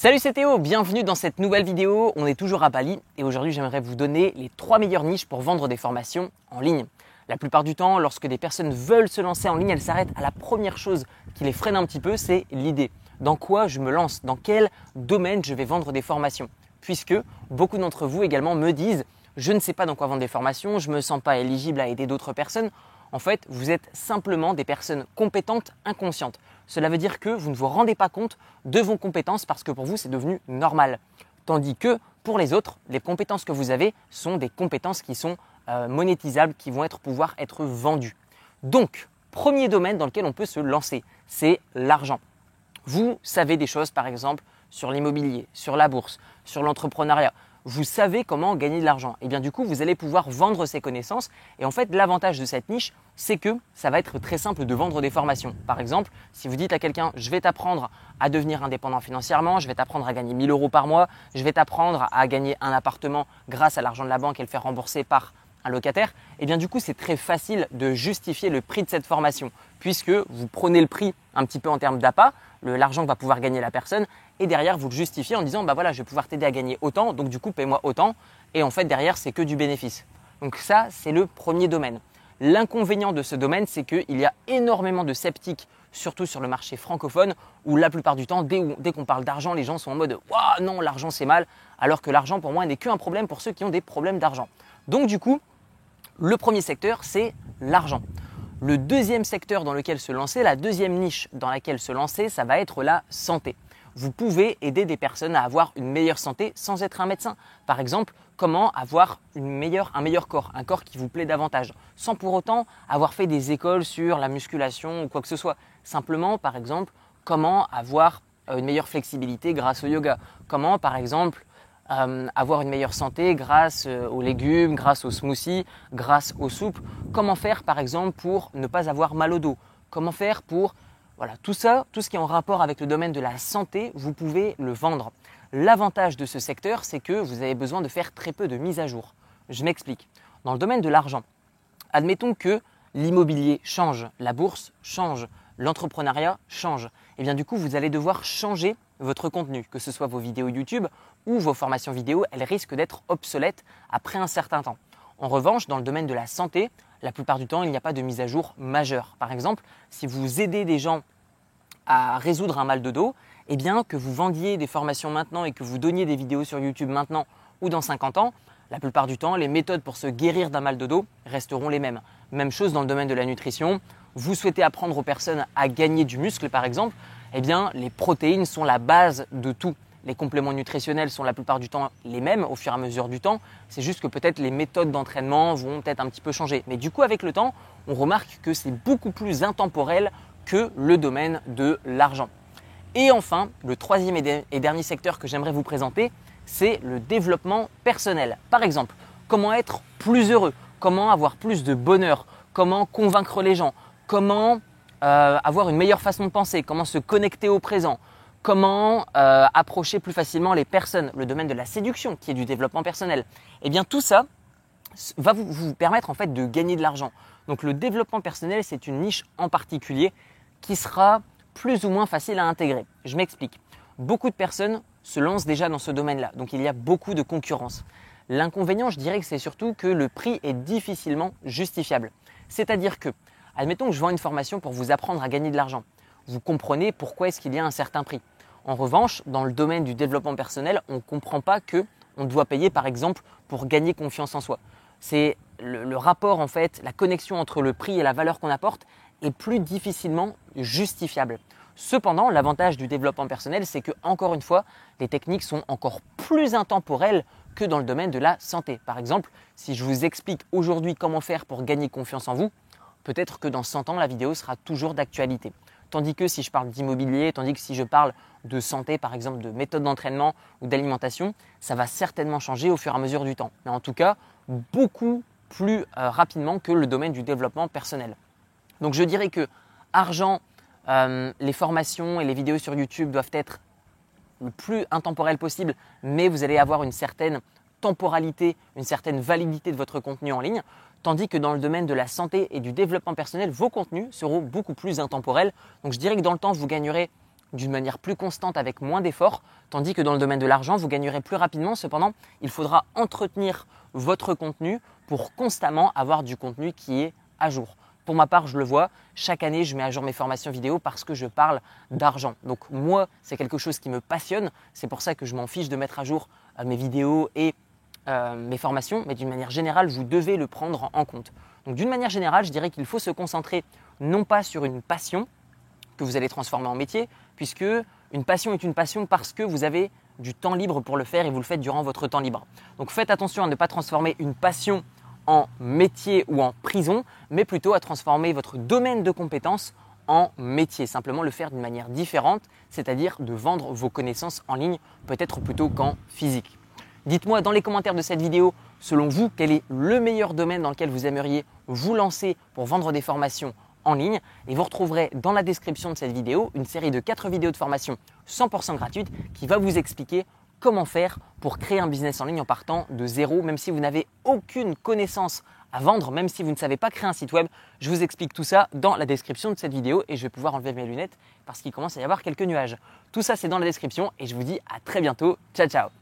Salut, c'est Théo, bienvenue dans cette nouvelle vidéo. On est toujours à Bali et aujourd'hui j'aimerais vous donner les 3 meilleures niches pour vendre des formations en ligne. La plupart du temps, lorsque des personnes veulent se lancer en ligne, elles s'arrêtent à la première chose qui les freine un petit peu, c'est l'idée. Dans quoi je me lance? Dans quel domaine je vais vendre des formations? Puisque beaucoup d'entre vous également me disent « je ne sais pas dans quoi vendre des formations, je ne me sens pas éligible à aider d'autres personnes ». En fait, vous êtes simplement des personnes compétentes inconscientes. Cela veut dire que vous ne vous rendez pas compte de vos compétences parce que pour vous, c'est devenu normal. Tandis que pour les autres, les compétences que vous avez sont des compétences qui sont monétisables, qui vont pouvoir être vendues. Donc, premier domaine dans lequel on peut se lancer, c'est l'argent. Vous savez des choses, par exemple, sur l'immobilier, sur la bourse, sur l'entrepreneuriat. Vous savez comment gagner de l'argent. Et bien du coup, vous allez pouvoir vendre ces connaissances. Et en fait, l'avantage de cette niche, c'est que ça va être très simple de vendre des formations. Par exemple, si vous dites à quelqu'un « je vais t'apprendre à devenir indépendant financièrement, je vais t'apprendre à gagner 1 000 € par mois, je vais t'apprendre à gagner un appartement grâce à l'argent de la banque et le faire rembourser par un locataire », et bien du coup, c'est très facile de justifier le prix de cette formation puisque vous prenez le prix un petit peu en termes d'appât, l'argent que va pouvoir gagner la personne, et derrière, vous le justifiez en disant « bah voilà, je vais pouvoir t'aider à gagner autant, donc du coup, paie-moi autant ». Et en fait, derrière, c'est que du bénéfice. Donc ça, c'est le premier domaine. L'inconvénient de ce domaine, c'est qu'il y a énormément de sceptiques, surtout sur le marché francophone, où la plupart du temps, dès qu'on parle d'argent, les gens sont en mode « waouh, non, l'argent c'est mal », alors que l'argent, pour moi, n'est qu'un problème pour ceux qui ont des problèmes d'argent. Donc du coup, le premier secteur, c'est l'argent. Le deuxième secteur dans lequel se lancer, la deuxième niche dans laquelle se lancer, ça va être la santé. Vous pouvez aider des personnes à avoir une meilleure santé sans être un médecin. Par exemple, comment avoir un meilleur corps, un corps qui vous plaît davantage, sans pour autant avoir fait des écoles sur la musculation ou quoi que ce soit. Simplement, par exemple, comment avoir une meilleure flexibilité grâce au yoga. Comment, par exemple, avoir une meilleure santé grâce aux légumes, grâce aux smoothies, grâce aux soupes. Comment faire par exemple pour ne pas avoir mal au dos? Comment faire pour… Voilà, tout ça, tout ce qui est en rapport avec le domaine de la santé, vous pouvez le vendre. L'avantage de ce secteur, c'est que vous avez besoin de faire très peu de mises à jour. Je m'explique. Dans le domaine de l'argent, admettons que l'immobilier change, la bourse change, l'entrepreneuriat change. Et bien du coup, vous allez devoir changer votre contenu, que ce soit vos vidéos YouTube ou vos formations vidéo, elles risquent d'être obsolètes après un certain temps. En revanche, dans le domaine de la santé, la plupart du temps, il n'y a pas de mise à jour majeure. Par exemple, si vous aidez des gens à résoudre un mal de dos, eh bien que vous vendiez des formations maintenant et que vous donniez des vidéos sur YouTube maintenant ou dans 50 ans, la plupart du temps, les méthodes pour se guérir d'un mal de dos resteront les mêmes. Même chose dans le domaine de la nutrition. Vous souhaitez apprendre aux personnes à gagner du muscle, par exemple, eh bien, les protéines sont la base de tout. Les compléments nutritionnels sont la plupart du temps les mêmes au fur et à mesure du temps. C'est juste que peut-être les méthodes d'entraînement vont peut-être un petit peu changer. Mais du coup, avec le temps, on remarque que c'est beaucoup plus intemporel que le domaine de l'argent. Et enfin, le troisième et dernier secteur que j'aimerais vous présenter, c'est le développement personnel. Par exemple, comment être plus heureux, comment avoir plus de bonheur, comment convaincre les gens, comment avoir une meilleure façon de penser, comment se connecter au présent, comment approcher plus facilement les personnes, le domaine de la séduction qui est du développement personnel. Eh bien tout ça va vous permettre en fait de gagner de l'argent. Donc le développement personnel, c'est une niche en particulier qui sera plus ou moins facile à intégrer. Je m'explique. Beaucoup de personnes se lancent déjà dans ce domaine-là, donc il y a beaucoup de concurrence. L'inconvénient, je dirais que c'est surtout que le prix est difficilement justifiable. C'est-à-dire que, admettons que je vends une formation pour vous apprendre à gagner de l'argent. Vous comprenez pourquoi est-ce qu'il y a un certain prix. En revanche, dans le domaine du développement personnel, on ne comprend pas qu'on doit payer par exemple pour gagner confiance en soi. C'est le rapport en fait, la connexion entre le prix et la valeur qu'on apporte est plus difficilement justifiable. Cependant, l'avantage du développement personnel, c'est que encore une fois, les techniques sont encore plus intemporelles que dans le domaine de la santé. Par exemple, si je vous explique aujourd'hui comment faire pour gagner confiance en vous, peut-être que dans 100 ans, la vidéo sera toujours d'actualité. Tandis que si je parle d'immobilier, tandis que si je parle de santé, par exemple de méthode d'entraînement ou d'alimentation, ça va certainement changer au fur et à mesure du temps. Mais en tout cas, beaucoup plus rapidement que le domaine du développement personnel. Donc je dirais que argent, les formations et les vidéos sur YouTube doivent être le plus intemporelles possible, mais vous allez avoir une certaine temporalité, une certaine validité de votre contenu en ligne. Tandis que dans le domaine de la santé et du développement personnel, vos contenus seront beaucoup plus intemporels. Donc je dirais que dans le temps, vous gagnerez d'une manière plus constante avec moins d'efforts, tandis que dans le domaine de l'argent, vous gagnerez plus rapidement. Cependant, il faudra entretenir votre contenu pour constamment avoir du contenu qui est à jour. Pour ma part, je le vois, chaque année, je mets à jour mes formations vidéo parce que je parle d'argent. Donc moi, c'est quelque chose qui me passionne. C'est pour ça que je m'en fiche de mettre à jour mes vidéos et mes formations. Mais d'une manière générale, vous devez le prendre en compte. Donc d'une manière générale, je dirais qu'il faut se concentrer non pas sur une passion que vous allez transformer en métier, puisque une passion est une passion parce que vous avez du temps libre pour le faire et vous le faites durant votre temps libre. Donc faites attention à ne pas transformer une passion en métier ou en prison, mais plutôt à transformer votre domaine de compétences en métier. Simplement le faire d'une manière différente, c'est-à-dire de vendre vos connaissances en ligne, peut-être plutôt qu'en physique. Dites-moi dans les commentaires de cette vidéo, selon vous, quel est le meilleur domaine dans lequel vous aimeriez vous lancer pour vendre des formations en ligne. Et vous retrouverez dans la description de cette vidéo une série de 4 vidéos de formation 100% gratuites qui va vous expliquer comment faire pour créer un business en ligne en partant de zéro, même si vous n'avez aucune connaissance à vendre, même si vous ne savez pas créer un site web. Je vous explique tout ça dans la description de cette vidéo et je vais pouvoir enlever mes lunettes parce qu'il commence à y avoir quelques nuages. Tout ça, c'est dans la description et je vous dis à très bientôt. Ciao, ciao!